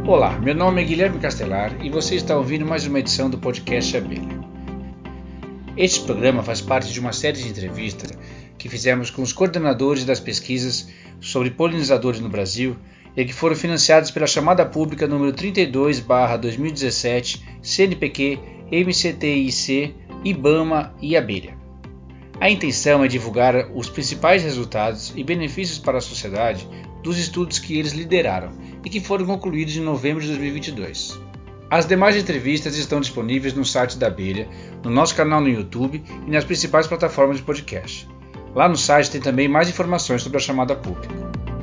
Olá, meu nome é Guilherme Castelar e você está ouvindo mais uma edição do podcast Abelha. Este programa faz parte de uma série de entrevistas que fizemos com os coordenadores das pesquisas sobre polinizadores no Brasil e que foram financiadas pela chamada pública número 32/2017, CNPq, MCTIC, IBAMA e Abelha. A intenção é divulgar os principais resultados e benefícios para a sociedade dos estudos que eles lideraram e que foram concluídos em novembro de 2022. As demais entrevistas estão disponíveis no site da Abelha, no nosso canal no YouTube e nas principais plataformas de podcast. Lá no site tem também mais informações sobre a chamada pública.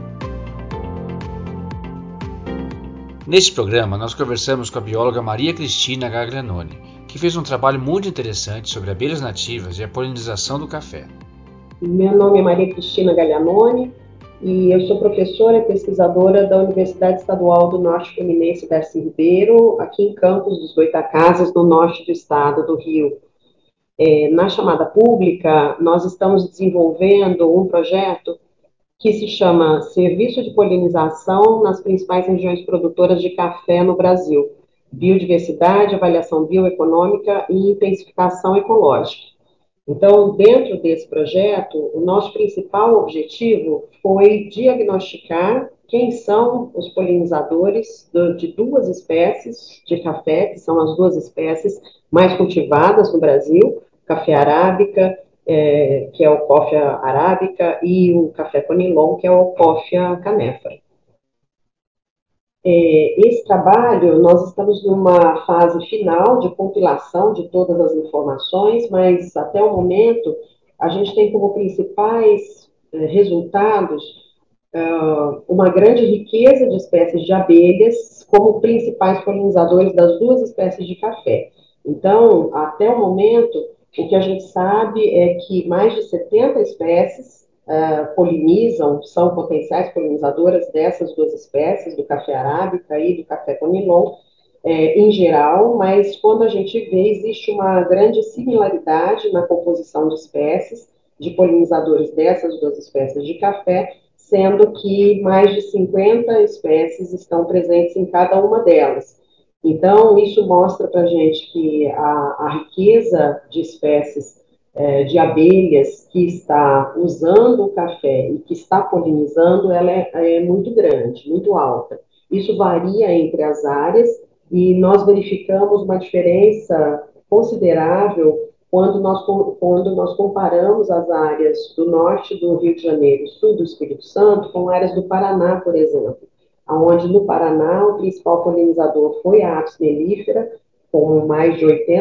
Neste programa, nós conversamos com a bióloga Maria Cristina Gaglianoni, que fez um trabalho muito interessante sobre abelhas nativas e a polinização do café. Meu nome é Maria Cristina Gaglianoni e eu sou professora e pesquisadora da Universidade Estadual do Norte Fluminense Darcy Ribeiro, aqui em Campos dos Goytacazes, no norte do estado do Rio. Na chamada pública, nós estamos desenvolvendo um projeto que se chama Serviço de Polinização nas principais regiões produtoras de café no Brasil, Biodiversidade, Avaliação Bioeconômica e Intensificação Ecológica. Então, dentro desse projeto, o nosso principal objetivo foi diagnosticar quem são os polinizadores de duas espécies de café, que são as duas espécies mais cultivadas no Brasil, café arábica, que é o Coffea arábica, e o café conilon, que é o Coffea canephora. Esse trabalho, nós estamos numa fase final de compilação de todas as informações, mas até o momento a gente tem como principais resultados uma grande riqueza de espécies de abelhas como principais polinizadores das duas espécies de café. Então, até o momento, o que a gente sabe é que mais de 70 espécies polinizam, são potenciais polinizadoras dessas duas espécies, do café arábica e do café conilon, em geral, mas quando a gente vê, existe uma grande similaridade na composição de espécies, de polinizadores dessas duas espécies de café, sendo que mais de 50 espécies estão presentes em cada uma delas. Então, isso mostra para a gente que a riqueza de espécies de abelhas que está usando o café e que está polinizando, ela é muito grande, muito alta. Isso varia entre as áreas e nós verificamos uma diferença considerável quando nós comparamos as áreas do norte do Rio de Janeiro e sul do Espírito Santo com áreas do Paraná, por exemplo, onde no Paraná o principal polinizador foi a Apis mellifera, com mais de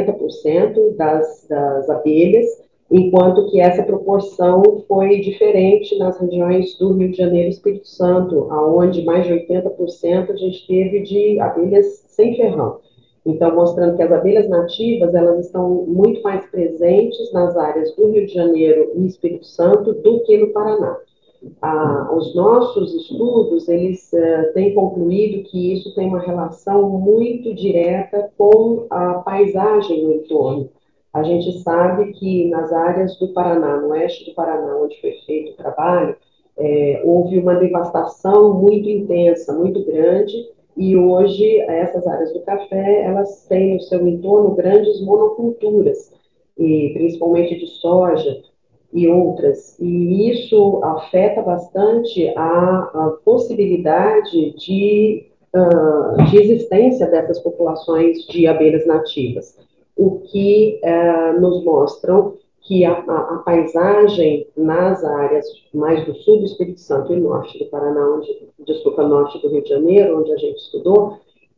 80% das abelhas, enquanto que essa proporção foi diferente nas regiões do Rio de Janeiro e Espírito Santo, onde mais de 80% a gente teve de abelhas sem ferrão. Então, mostrando que as abelhas nativas, elas estão muito mais presentes nas áreas do Rio de Janeiro e Espírito Santo do que no Paraná. Os nossos estudos, eles têm concluído que isso tem uma relação muito direta com a paisagem no entorno. A gente sabe que nas áreas do Paraná, no oeste do Paraná, onde foi feito o trabalho, houve uma devastação muito intensa, muito grande, e hoje essas áreas do café, elas têm no seu entorno grandes monoculturas, e principalmente de soja e outras, e isso afeta bastante a possibilidade de existência dessas populações de abelhas nativas, o que nos mostram que a paisagem nas áreas mais do sul do Espírito Santo e norte do Paraná, norte do Rio de Janeiro, onde a gente estudou,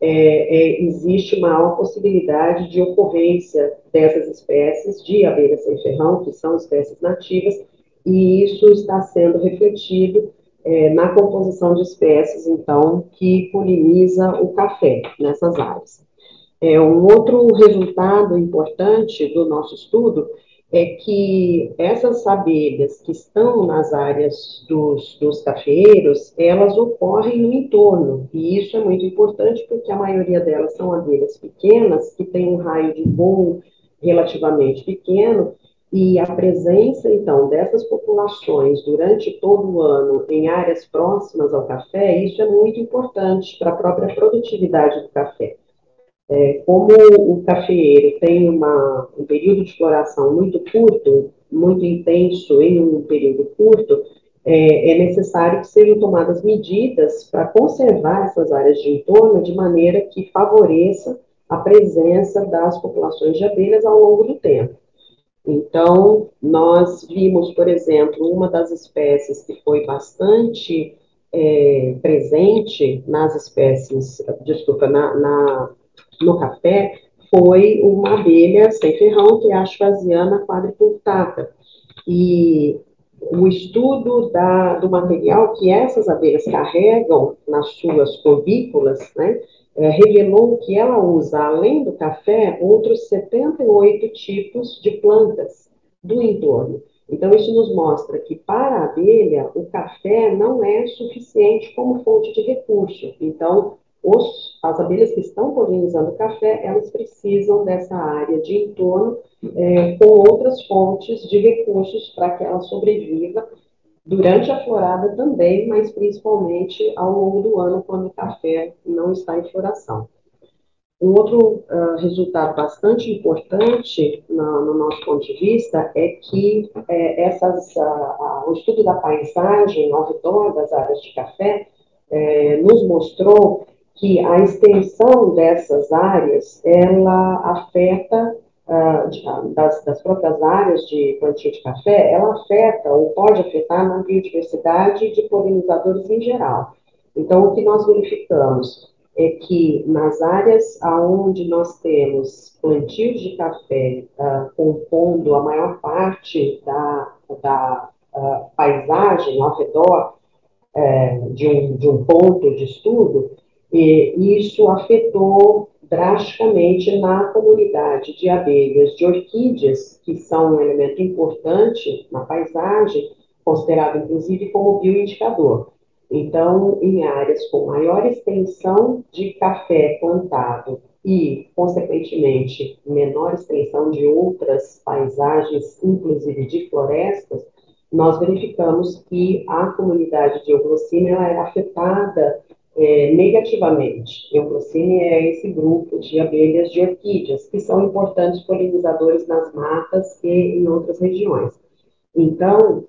existe maior possibilidade de ocorrência dessas espécies de abelhas sem ferrão, que são espécies nativas, e isso está sendo refletido na composição de espécies, então, que poliniza o café nessas áreas. Um outro resultado importante do nosso estudo é que essas abelhas que estão nas áreas dos cafeeiros, elas ocorrem no entorno, e isso é muito importante porque a maioria delas são abelhas pequenas, que têm um raio de voo relativamente pequeno, E a presença, então, dessas populações durante todo o ano em áreas próximas ao café, isso é muito importante para a própria produtividade do café. Como o cafeeiro tem um período de floração muito curto, muito intenso em um período curto, é necessário que sejam tomadas medidas para conservar essas áreas de entorno de maneira que favoreça a presença das populações de abelhas ao longo do tempo. Então, nós vimos, por exemplo, uma das espécies que foi bastante presente nas espécies, desculpa, no café, foi uma abelha sem ferrão, que é a Asphasiana quadripunctata. E o estudo do material que essas abelhas carregam nas suas corbículas, né, revelou que ela usa, além do café, outros 78 tipos de plantas do entorno. Então, isso nos mostra que, para a abelha, o café não é suficiente como fonte de recurso. Então, as abelhas que estão polinizando o café, elas precisam dessa área de entorno com outras fontes de recursos para que ela sobreviva durante a florada também, mas principalmente ao longo do ano, quando o café não está em floração. Um outro resultado bastante importante no nosso ponto de vista é que o estudo da paisagem ao redor das áreas de café nos mostrou que a extensão dessas áreas, ela afeta, das próprias áreas de plantio de café, ela afeta ou pode afetar na biodiversidade de polinizadores em geral. Então, o que nós verificamos é que nas áreas onde nós temos plantios de café compondo a maior parte da paisagem ao redor de um ponto de estudo, e isso afetou drasticamente na comunidade de abelhas de orquídeas, que são um elemento importante na paisagem, considerado inclusive como bioindicador. Então, em áreas com maior extensão de café plantado e, consequentemente, menor extensão de outras paisagens, inclusive de florestas, nós verificamos que a comunidade de Euglossine é afetada negativamente. Euglossine é esse grupo de abelhas de orquídeas, que são importantes polinizadores nas matas e em outras regiões. Então,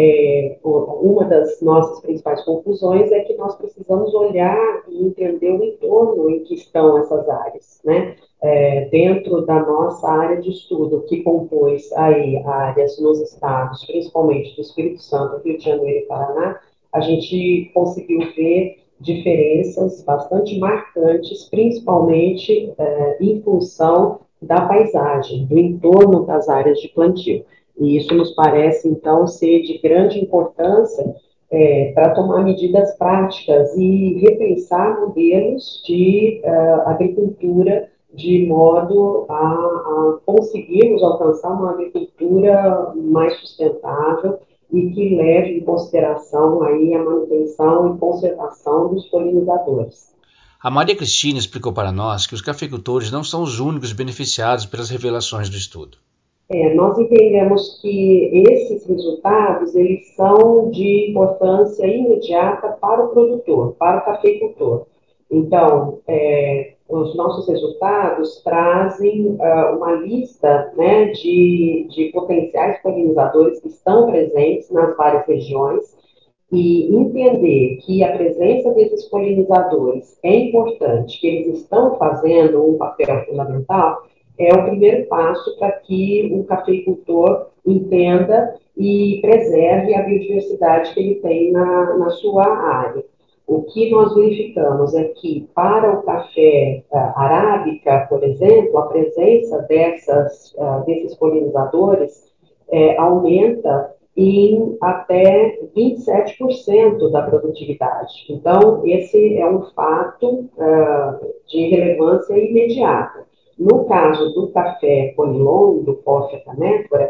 uma das nossas principais conclusões é que nós precisamos olhar e entender o entorno em que estão essas áreas, né? Dentro da nossa área de estudo, que compôs aí áreas nos estados, principalmente do Espírito Santo, Rio de Janeiro e Paraná, a gente conseguiu ver diferenças bastante marcantes, principalmente em função da paisagem, do entorno das áreas de plantio. E isso nos parece, então, ser de grande importância para tomar medidas práticas e repensar modelos de agricultura de modo a conseguirmos alcançar uma agricultura mais sustentável e que leve em consideração aí a manutenção e conservação dos polinizadores. A Maria Cristina explicou para nós que os cafeicultores não são os únicos beneficiados pelas revelações do estudo. Nós entendemos que esses resultados, eles são de importância imediata para o produtor, para o cafeicultor. Então, os nossos resultados trazem uma lista, né, de potenciais polinizadores que estão presentes nas várias regiões e entender que a presença desses polinizadores é importante, que eles estão fazendo um papel fundamental, é o primeiro passo para que o cafeicultor entenda e preserve a biodiversidade que ele tem na sua área. O que nós verificamos é que, para o café arábica, por exemplo, a presença desses polinizadores aumenta em até 27% da produtividade. Então, esse é um fato de relevância imediata. No caso do café conilon, do Coffea canephora,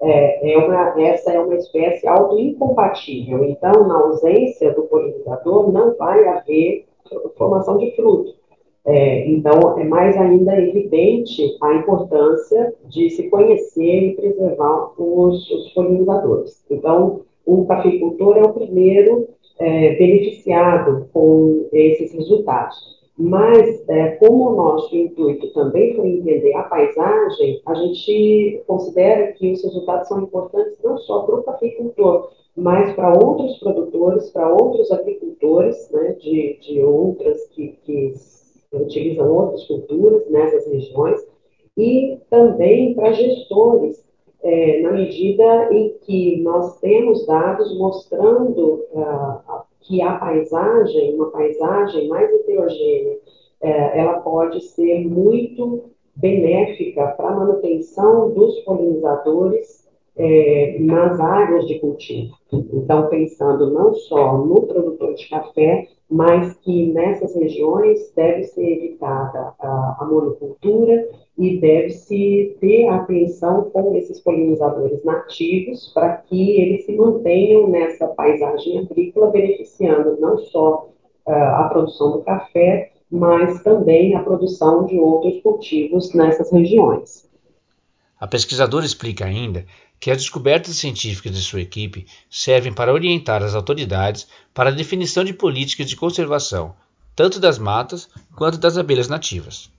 essa é uma espécie autoincompatível. Então, na ausência do polinizador, não vai haver formação de fruto. Então, é mais ainda evidente a importância de se conhecer e preservar os polinizadores. Então, o cafeicultor é o primeiro beneficiado com esses resultados. Mas, como o nosso intuito também foi entender a paisagem, a gente considera que os resultados são importantes não só para o cafeicultor, mas para outros produtores, para outros agricultores, né, de outras que utilizam outras culturas nessas regiões, e também para gestores, na medida em que nós temos dados mostrando que a paisagem, uma paisagem mais heterogênea, ela pode ser muito benéfica para a manutenção dos polinizadores nas áreas de cultivo. Então, pensando não só no produtor de café, mas que nessas regiões deve ser evitada a monocultura e deve-se ter atenção com esses polinizadores nativos para que eles se mantenham nessa paisagem agrícola, beneficiando não só a produção do café, mas também a produção de outros cultivos nessas regiões. A pesquisadora explica ainda que as descobertas científicas de sua equipe servem para orientar as autoridades para a definição de políticas de conservação, tanto das matas quanto das abelhas nativas.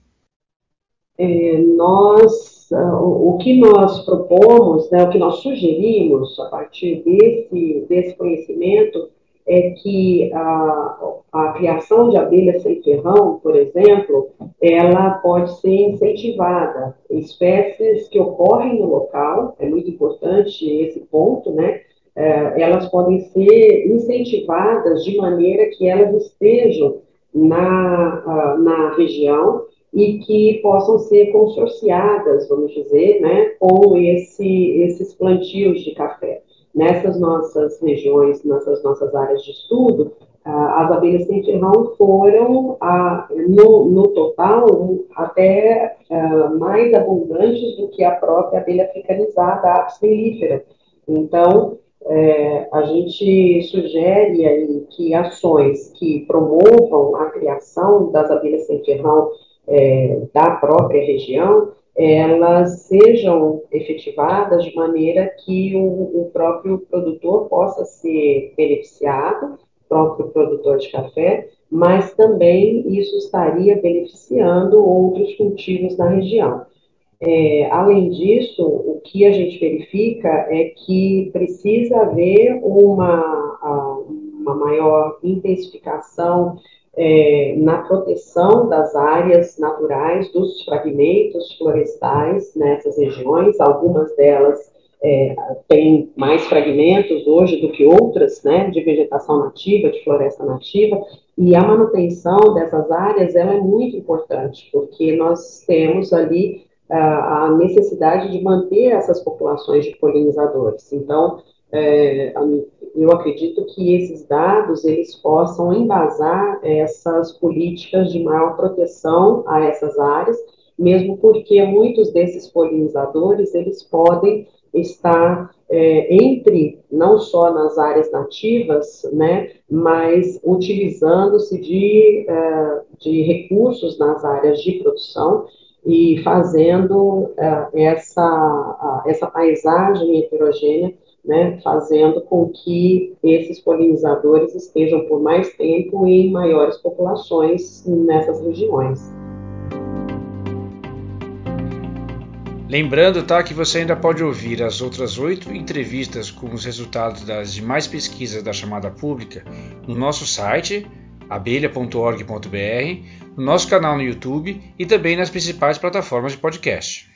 O que nós propomos, né, o que nós sugerimos a partir desse conhecimento é que a criação de abelhas sem ferrão, por exemplo, ela pode ser incentivada. Espécies que ocorrem no local, é muito importante esse ponto, né? Elas podem ser incentivadas de maneira que elas estejam na região e que possam ser consorciadas, vamos dizer, né, com esses plantios de café. Nessas nossas regiões, nessas nossas áreas de estudo, as abelhas sem ferrão foram, no total, até mais abundantes do que a própria abelha africanizada, a apis mellifera. Então, a gente sugere aí que ações que promovam a criação das abelhas sem ferrão da própria região, elas sejam efetivadas de maneira que o próprio produtor possa ser beneficiado, o próprio produtor de café, mas também isso estaria beneficiando outros cultivos na região. Além disso, o que a gente verifica é que precisa haver uma maior intensificação na proteção das áreas naturais, dos fragmentos florestais nessas regiões. Algumas delas têm mais fragmentos hoje do que outras, né, de vegetação nativa, de floresta nativa, e a manutenção dessas áreas ela é muito importante, porque nós temos ali a necessidade de manter essas populações de polinizadores. Então, eu acredito que esses dados eles possam embasar essas políticas de maior proteção a essas áreas, mesmo porque muitos desses polinizadores eles podem estar entre, não só nas áreas nativas, né, mas utilizando-se de recursos nas áreas de produção e fazendo essa paisagem heterogênea, né, fazendo com que esses polinizadores estejam por mais tempo e em maiores populações nessas regiões. Lembrando, tá, que você ainda pode ouvir as outras 8 entrevistas com os resultados das demais pesquisas da chamada pública no nosso site, abelha.org.br, no nosso canal no YouTube e também nas principais plataformas de podcast.